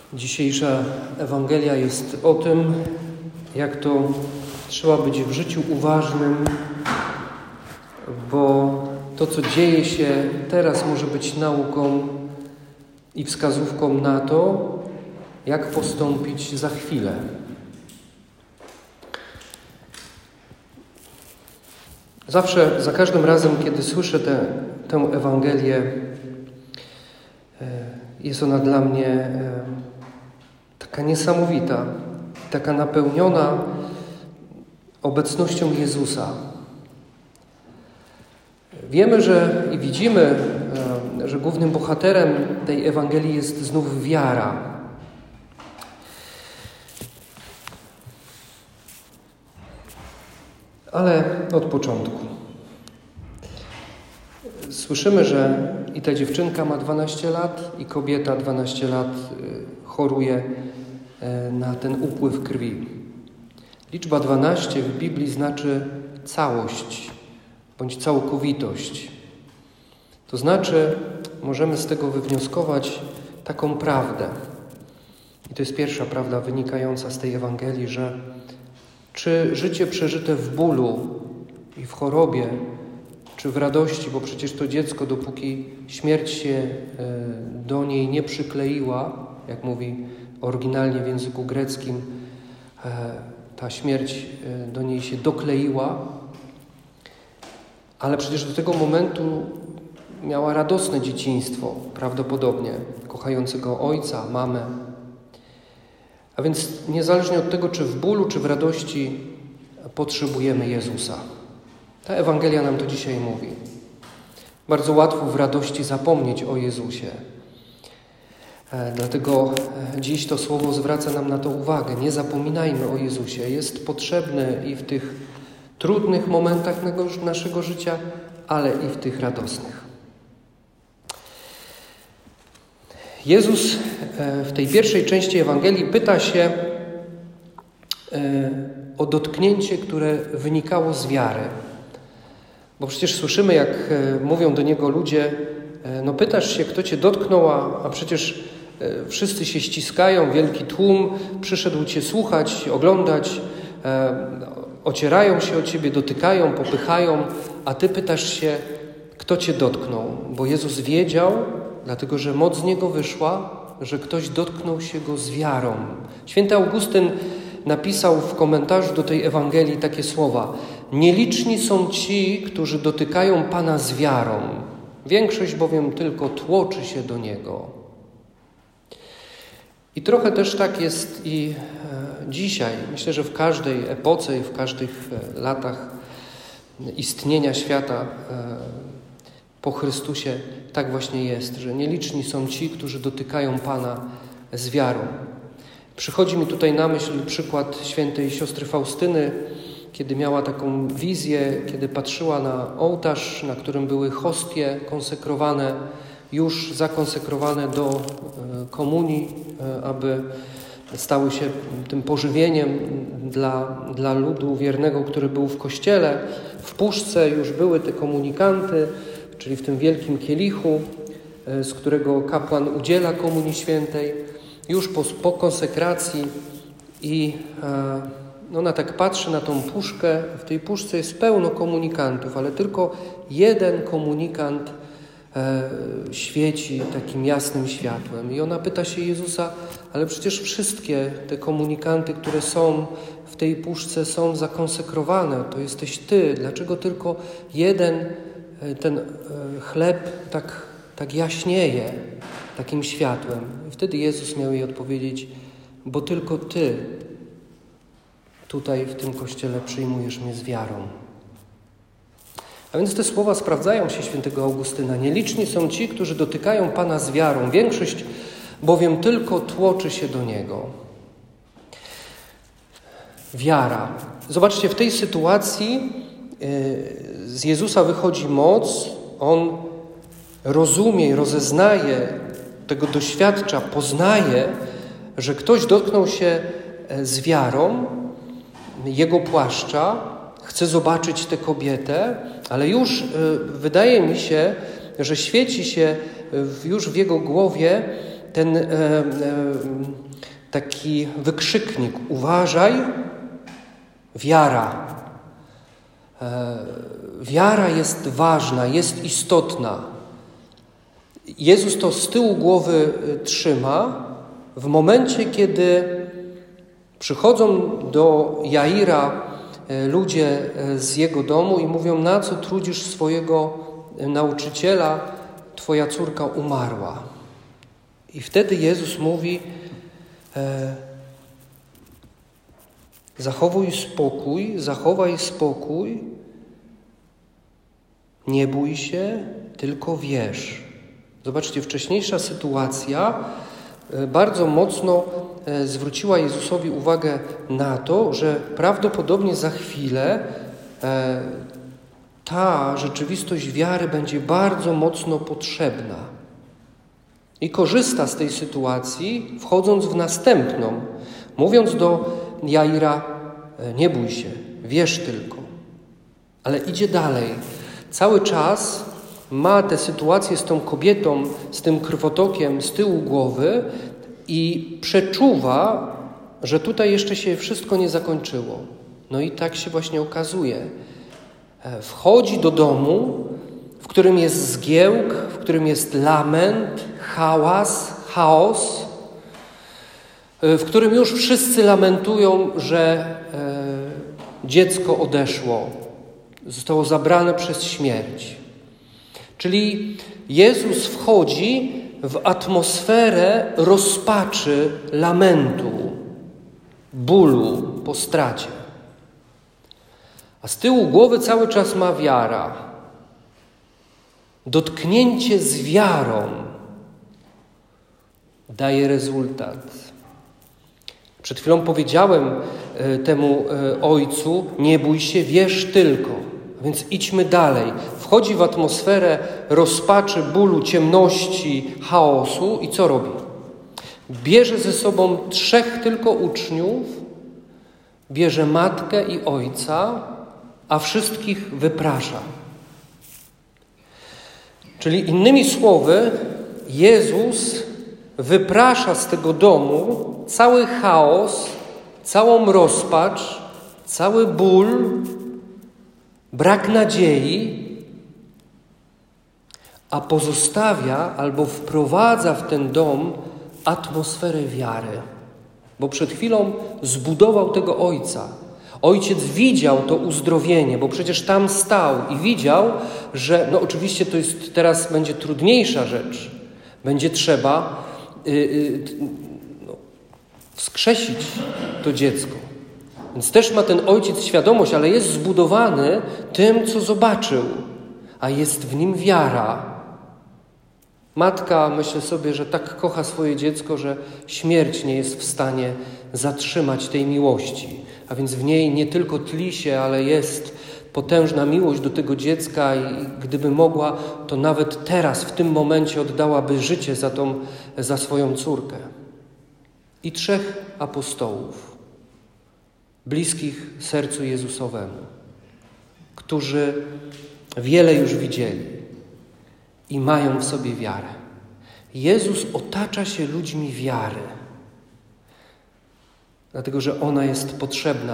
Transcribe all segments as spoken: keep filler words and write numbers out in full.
Dzisiejsza Ewangelia jest o tym, jak to trzeba być w życiu uważnym, bo to, co dzieje się teraz, może być nauką i wskazówką na to, jak postąpić za chwilę. Zawsze, za każdym razem, kiedy słyszę tę, tę Ewangelię, jest ona dla mnie taka niesamowita, taka napełniona obecnością Jezusa. Wiemy, że i widzimy, że głównym bohaterem tej Ewangelii jest znów wiara. Ale od początku. Słyszymy, że i ta dziewczynka ma dwanaście lat, i kobieta dwanaście lat choruje na ten upływ krwi. Liczba dwanaście w Biblii znaczy całość bądź całkowitość. To znaczy, możemy z tego wywnioskować taką prawdę. I to jest pierwsza prawda wynikająca z tej Ewangelii, że czy życie przeżyte w bólu i w chorobie, czy w radości, bo przecież to dziecko, dopóki śmierć się do niej nie przykleiła, jak mówi oryginalnie w języku greckim, ta śmierć do niej się dokleiła, ale przecież do tego momentu miała radosne dzieciństwo, prawdopodobnie, kochającego ojca, mamę. A więc niezależnie od tego, czy w bólu, czy w radości, potrzebujemy Jezusa. Ta Ewangelia nam to dzisiaj mówi. Bardzo łatwo w radości zapomnieć o Jezusie. Dlatego dziś to słowo zwraca nam na to uwagę. Nie zapominajmy o Jezusie. Jest potrzebny i w tych trudnych momentach naszego życia, ale i w tych radosnych. Jezus w tej pierwszej części Ewangelii pyta się o dotknięcie, które wynikało z wiary. Bo przecież słyszymy, jak mówią do Niego ludzie, no pytasz się, kto Cię dotknął, a, a przecież wszyscy się ściskają, wielki tłum przyszedł Cię słuchać, oglądać, e, ocierają się o Ciebie, dotykają, popychają, a Ty pytasz się, kto Cię dotknął. Bo Jezus wiedział, dlatego że moc z Niego wyszła, że ktoś dotknął się Go z wiarą. Święty Augustyn napisał w komentarzu do tej Ewangelii takie słowa: nieliczni są ci, którzy dotykają Pana z wiarą. Większość bowiem tylko tłoczy się do Niego. I trochę też tak jest i e, dzisiaj. Myślę, że w każdej epoce i w każdych e, latach istnienia świata e, po Chrystusie tak właśnie jest, że nieliczni są ci, którzy dotykają Pana z wiarą. Przychodzi mi tutaj na myśl przykład świętej siostry Faustyny, kiedy miała taką wizję, kiedy patrzyła na ołtarz, na którym były hostie konsekrowane, już zakonsekrowane do komunii, aby stały się tym pożywieniem dla, dla ludu wiernego, który był w kościele. W puszce już były te komunikanty, czyli w tym wielkim kielichu, z którego kapłan udziela komunii świętej, już po, po konsekracji i no, ona tak patrzy na tą puszkę. W tej puszce jest pełno komunikantów, ale tylko jeden komunikant e, świeci takim jasnym światłem. I ona pyta się Jezusa, ale przecież wszystkie te komunikanty, które są w tej puszce, są zakonsekrowane. To jesteś Ty. Dlaczego tylko jeden ten e, chleb tak, tak jaśnieje takim światłem? I wtedy Jezus miał jej odpowiedzieć, bo tylko Ty tutaj w tym kościele przyjmujesz mnie z wiarą. A więc te słowa sprawdzają się świętego Augustyna. Nieliczni są ci, którzy dotykają Pana z wiarą. Większość bowiem tylko tłoczy się do Niego. Wiara. Zobaczcie, w tej sytuacji yy, z Jezusa wychodzi moc. On rozumie, rozeznaje, tego doświadcza, poznaje, że ktoś dotknął się z wiarą Jego płaszcza, chce zobaczyć tę kobietę, ale już wydaje mi się, że świeci się już w jego głowie ten e, e, taki wykrzyknik: uważaj, wiara. E, wiara jest ważna, jest istotna. Jezus to z tyłu głowy trzyma w momencie, kiedy przychodzą do Jaira ludzie z jego domu i mówią: na co trudzisz swojego nauczyciela? Twoja córka umarła. I wtedy Jezus mówi: e, zachowuj spokój, zachowaj spokój, nie bój się, tylko wierz. Zobaczcie, wcześniejsza sytuacja bardzo mocno zwróciła Jezusowi uwagę na to, że prawdopodobnie za chwilę ta rzeczywistość wiary będzie bardzo mocno potrzebna. I korzysta z tej sytuacji, wchodząc w następną, mówiąc do Jaira: nie bój się, wierz tylko. Ale idzie dalej. Cały czas ma tę sytuację z tą kobietą, z tym krwotokiem z tyłu głowy i przeczuwa, że tutaj jeszcze się wszystko nie zakończyło. No i tak się właśnie okazuje. Wchodzi do domu, w którym jest zgiełk, w którym jest lament, hałas, chaos, w którym już wszyscy lamentują, że e, dziecko odeszło, zostało zabrane przez śmierć. Czyli Jezus wchodzi w atmosferę rozpaczy, lamentu, bólu po stracie. A z tyłu głowy cały czas ma wiara. Dotknięcie z wiarą daje rezultat. Przed chwilą powiedziałem temu ojcu: nie bój się, wierz tylko. Więc idźmy dalej. Wchodzi w atmosferę rozpaczy, bólu, ciemności, chaosu i co robi? Bierze ze sobą trzech tylko uczniów, bierze matkę i ojca, a wszystkich wyprasza. Czyli innymi słowy, Jezus wyprasza z tego domu cały chaos, całą rozpacz, cały ból, brak nadziei, a pozostawia albo wprowadza w ten dom atmosferę wiary. Bo przed chwilą zbudował tego ojca. Ojciec widział to uzdrowienie, bo przecież tam stał i widział, że no oczywiście to jest teraz będzie trudniejsza rzecz. Będzie trzeba yy, yy, no, wskrzesić to dziecko. Więc też ma ten ojciec świadomość, ale jest zbudowany tym, co zobaczył, a jest w nim wiara. Matka, myślę sobie, że tak kocha swoje dziecko, że śmierć nie jest w stanie zatrzymać tej miłości. A więc w niej nie tylko tli się, ale jest potężna miłość do tego dziecka i gdyby mogła, to nawet teraz, w tym momencie oddałaby życie za, tą, za swoją córkę. I trzech apostołów, bliskich sercu Jezusowemu, którzy wiele już widzieli i mają w sobie wiarę. Jezus otacza się ludźmi wiary, dlatego że ona jest potrzebna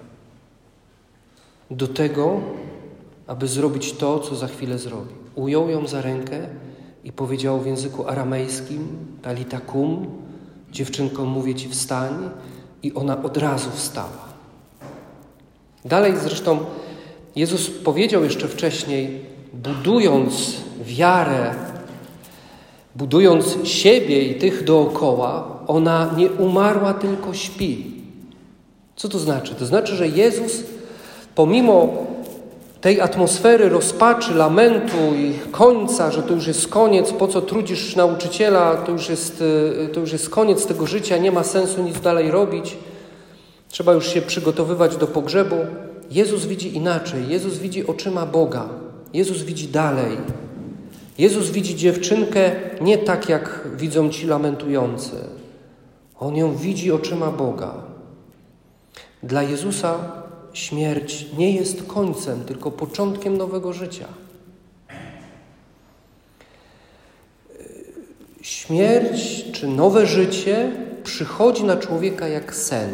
do tego, aby zrobić to, co za chwilę zrobi. Ujął ją za rękę i powiedział w języku aramejskim: Talita kum, dziewczynko, mówię ci, wstań, i ona od razu wstała. Dalej zresztą Jezus powiedział jeszcze wcześniej, budując wiarę, budując siebie i tych dookoła, ona nie umarła, tylko śpi. Co to znaczy? To znaczy, że Jezus pomimo tej atmosfery rozpaczy, lamentu i końca, że to już jest koniec, po co trudzisz nauczyciela, to już jest, to już jest koniec tego życia, nie ma sensu nic dalej robić, trzeba już się przygotowywać do pogrzebu. Jezus widzi inaczej. Jezus widzi oczyma Boga. Jezus widzi dalej. Jezus widzi dziewczynkę nie tak, jak widzą ci lamentujący. On ją widzi oczyma Boga. Dla Jezusa śmierć nie jest końcem, tylko początkiem nowego życia. Śmierć czy nowe życie przychodzi na człowieka jak sen,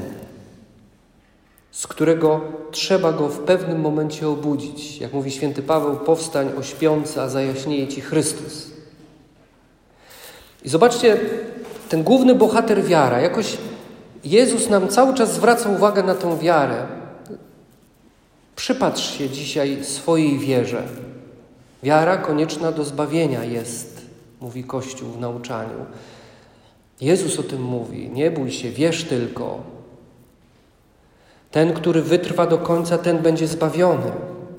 z którego trzeba go w pewnym momencie obudzić. Jak mówi święty Paweł, powstań o śpiący, a zajaśnieje ci Chrystus. I zobaczcie, ten główny bohater wiara, jakoś Jezus nam cały czas zwraca uwagę na tą wiarę. Przypatrz się dzisiaj swojej wierze. Wiara konieczna do zbawienia jest, mówi Kościół w nauczaniu. Jezus o tym mówi. Nie bój się, wierz tylko. Ten, który wytrwa do końca, ten będzie zbawiony.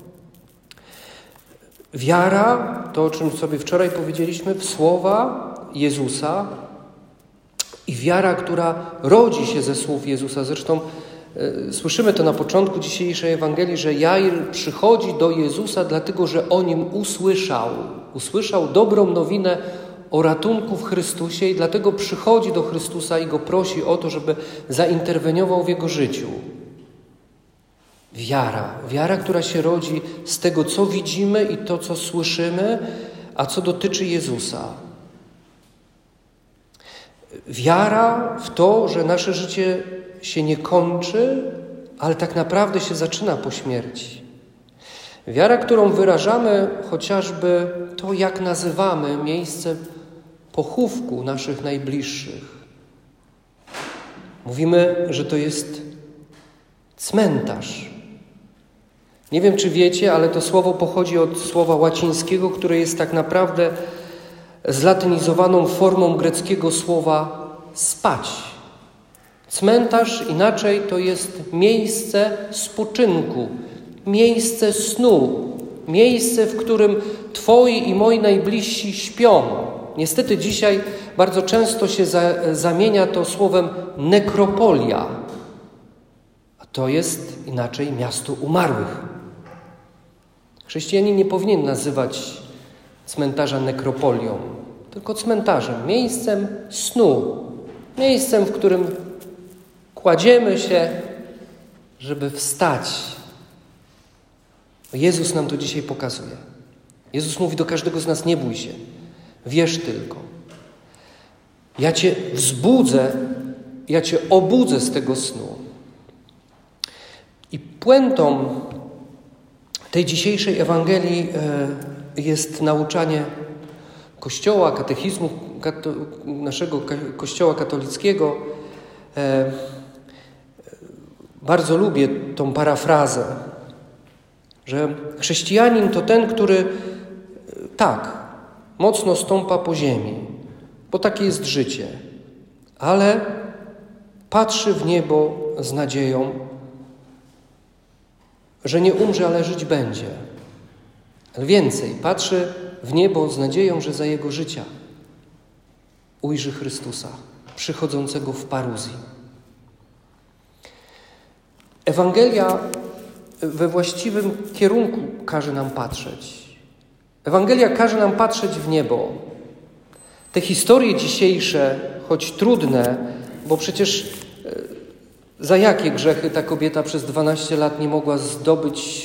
Wiara, to o czym sobie wczoraj powiedzieliśmy, w słowa Jezusa i wiara, która rodzi się ze słów Jezusa. Zresztą y, słyszymy to na początku dzisiejszej Ewangelii, że Jair przychodzi do Jezusa, dlatego że o Nim usłyszał. Usłyszał dobrą nowinę o ratunku w Chrystusie i dlatego przychodzi do Chrystusa i Go prosi o to, żeby zainterweniował w jego życiu. Wiara. Wiara, która się rodzi z tego, co widzimy i to, co słyszymy, a co dotyczy Jezusa. Wiara w to, że nasze życie się nie kończy, ale tak naprawdę się zaczyna po śmierci. Wiara, którą wyrażamy chociażby to, jak nazywamy miejsce pochówku naszych najbliższych. Mówimy, że to jest cmentarz. Nie wiem, czy wiecie, ale to słowo pochodzi od słowa łacińskiego, które jest tak naprawdę zlatynizowaną formą greckiego słowa spać. Cmentarz inaczej to jest miejsce spoczynku, miejsce snu, miejsce, w którym Twoi i moi najbliżsi śpią. Niestety dzisiaj bardzo często się za, zamienia to słowem nekropolia, a to jest inaczej miasto umarłych. Chrześcijanin nie powinien nazywać cmentarza nekropolią, tylko cmentarzem, miejscem snu, miejscem, w którym kładziemy się, żeby wstać. Jezus nam to dzisiaj pokazuje. Jezus mówi do każdego z nas: nie bój się, wierz tylko. Ja Cię wzbudzę, ja Cię obudzę z tego snu. I puentą tej dzisiejszej Ewangelii jest nauczanie Kościoła, katechizmu kato, naszego Kościoła katolickiego. Bardzo lubię tą parafrazę, że chrześcijanin to ten, który tak, mocno stąpa po ziemi, bo takie jest życie, ale patrzy w niebo z nadzieją, że nie umrze, ale żyć będzie. Ale więcej, patrzy w niebo z nadzieją, że za jego życia ujrzy Chrystusa, przychodzącego w paruzji. Ewangelia we właściwym kierunku każe nam patrzeć. Ewangelia każe nam patrzeć w niebo. Te historie dzisiejsze, choć trudne, bo przecież za jakie grzechy ta kobieta przez dwanaście lat nie mogła zdobyć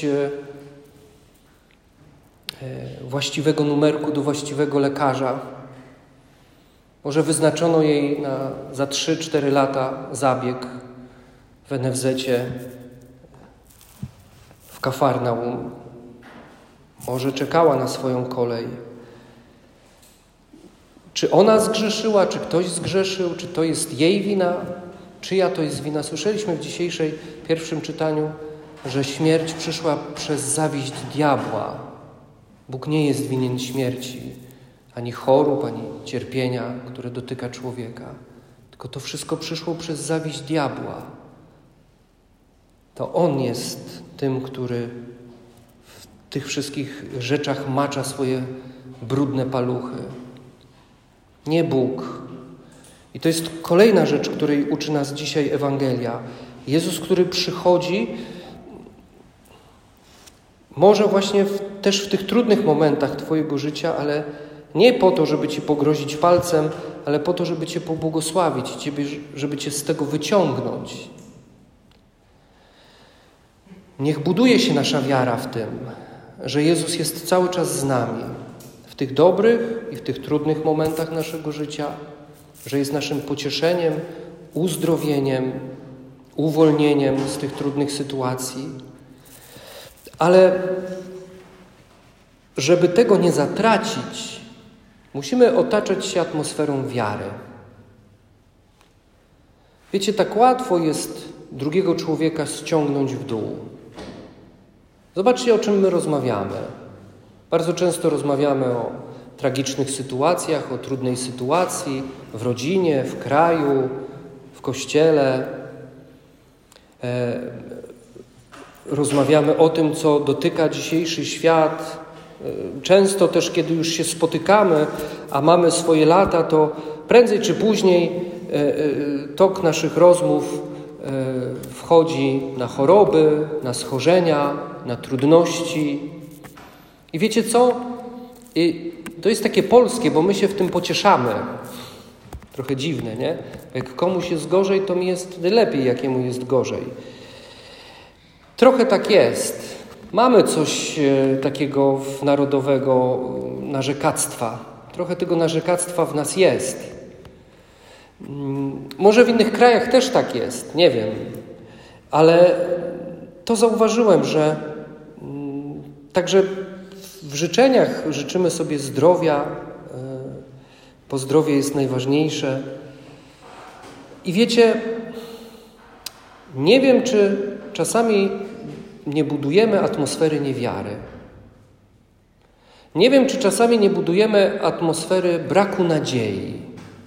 właściwego numerku do właściwego lekarza? Może wyznaczono jej na, za trzy cztery lata zabieg w en ef zecie w Kafarnaum. Może czekała na swoją kolej. Czy ona zgrzeszyła, czy ktoś zgrzeszył, czy to jest jej wina, czyja to jest wina? Słyszeliśmy w dzisiejszej pierwszym czytaniu, że śmierć przyszła przez zawiść diabła. Bóg nie jest winien śmierci, ani chorób, ani cierpienia, które dotyka człowieka. Tylko to wszystko przyszło przez zawiść diabła. To on jest tym, który w tych wszystkich rzeczach macza swoje brudne paluchy. Nie Bóg. I to jest kolejna rzecz, której uczy nas dzisiaj Ewangelia. Jezus, który przychodzi, może właśnie w, też w tych trudnych momentach Twojego życia, ale nie po to, żeby Ci pogrozić palcem, ale po to, żeby Cię pobłogosławić, ciebie, żeby Cię z tego wyciągnąć. Niech buduje się nasza wiara w tym, że Jezus jest cały czas z nami. W tych dobrych i w tych trudnych momentach naszego życia, że jest naszym pocieszeniem, uzdrowieniem, uwolnieniem z tych trudnych sytuacji. Ale żeby tego nie zatracić, musimy otaczać się atmosferą wiary. Wiecie, tak łatwo jest drugiego człowieka ściągnąć w dół. Zobaczcie, o czym my rozmawiamy. Bardzo często rozmawiamy o tragicznych sytuacjach, o trudnej sytuacji w rodzinie, w kraju, w kościele. E, rozmawiamy o tym, co dotyka dzisiejszy świat. E, często też, kiedy już się spotykamy, a mamy swoje lata, to prędzej czy później e, e, tok naszych rozmów e, wchodzi na choroby, na schorzenia, na trudności. I wiecie co? I to jest takie polskie, bo my się w tym pocieszamy. Trochę dziwne, nie? Jak komuś jest gorzej, to mi jest lepiej, jakiemu jest gorzej. Trochę tak jest. Mamy coś e, takiego narodowego narzekactwa. Trochę tego narzekactwa w nas jest. Hmm, może w innych krajach też tak jest, nie wiem. Ale to zauważyłem, że hmm, także w życzeniach życzymy sobie zdrowia, bo zdrowie jest najważniejsze. I wiecie, nie wiem, czy czasami nie budujemy atmosfery niewiary. Nie wiem, czy czasami nie budujemy atmosfery braku nadziei.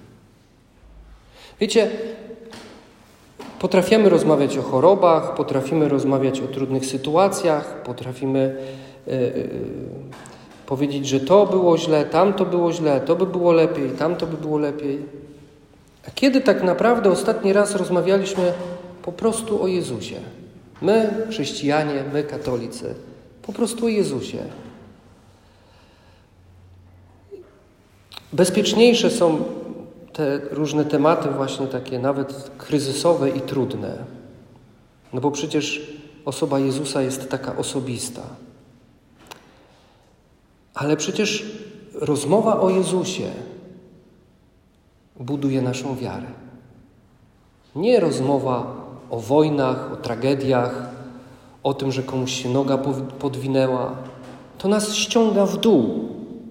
Wiecie, potrafimy rozmawiać o chorobach, potrafimy rozmawiać o trudnych sytuacjach, potrafimy yy, yy, powiedzieć, że to było źle, tamto było źle, to by było lepiej, tamto by było lepiej. A kiedy tak naprawdę ostatni raz rozmawialiśmy po prostu o Jezusie? My, chrześcijanie, my, katolicy, po prostu o Jezusie. Bezpieczniejsze są te różne tematy właśnie takie nawet kryzysowe i trudne. No bo przecież osoba Jezusa jest taka osobista. Ale przecież rozmowa o Jezusie buduje naszą wiarę. Nie rozmowa o wojnach, o tragediach, o tym, że komuś się noga podwinęła. To nas ściąga w dół.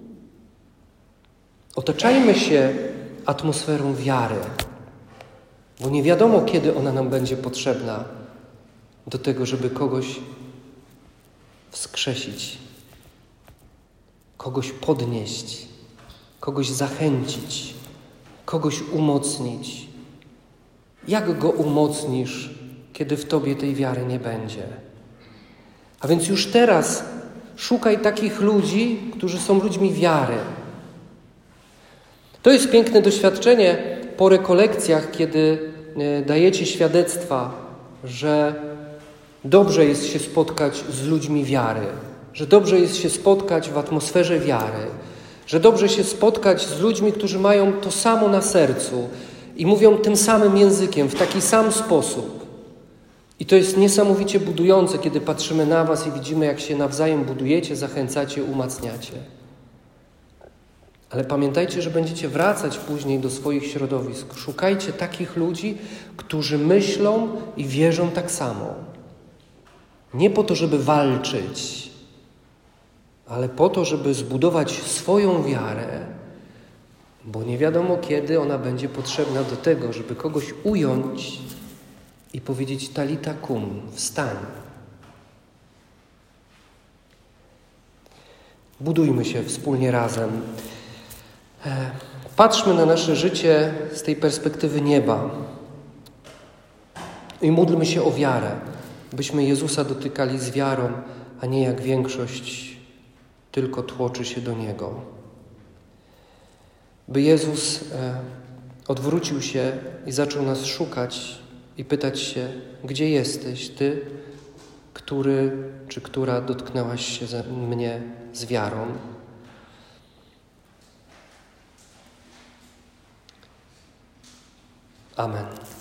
Otaczajmy się atmosferą wiary, bo nie wiadomo, kiedy ona nam będzie potrzebna do tego, żeby kogoś wskrzesić, kogoś podnieść, kogoś zachęcić, kogoś umocnić. Jak go umocnisz, kiedy w tobie tej wiary nie będzie? A więc już teraz szukaj takich ludzi, którzy są ludźmi wiary. To jest piękne doświadczenie po rekolekcjach, kiedy dajecie świadectwa, że dobrze jest się spotkać z ludźmi wiary, że dobrze jest się spotkać w atmosferze wiary, że dobrze się spotkać z ludźmi, którzy mają to samo na sercu i mówią tym samym językiem, w taki sam sposób. I to jest niesamowicie budujące, kiedy patrzymy na was i widzimy, jak się nawzajem budujecie, zachęcacie, umacniacie. Ale pamiętajcie, że będziecie wracać później do swoich środowisk. Szukajcie takich ludzi, którzy myślą i wierzą tak samo. Nie po to, żeby walczyć, ale po to, żeby zbudować swoją wiarę, bo nie wiadomo, kiedy ona będzie potrzebna do tego, żeby kogoś ująć i powiedzieć talita kum, wstań. Budujmy się wspólnie razem. Patrzmy na nasze życie z tej perspektywy nieba i módlmy się o wiarę, byśmy Jezusa dotykali z wiarą, a nie jak większość tylko tłoczy się do Niego. By Jezus odwrócił się i zaczął nas szukać i pytać się, gdzie jesteś Ty, który czy która dotknęłaś się ze mnie z wiarą. Amen.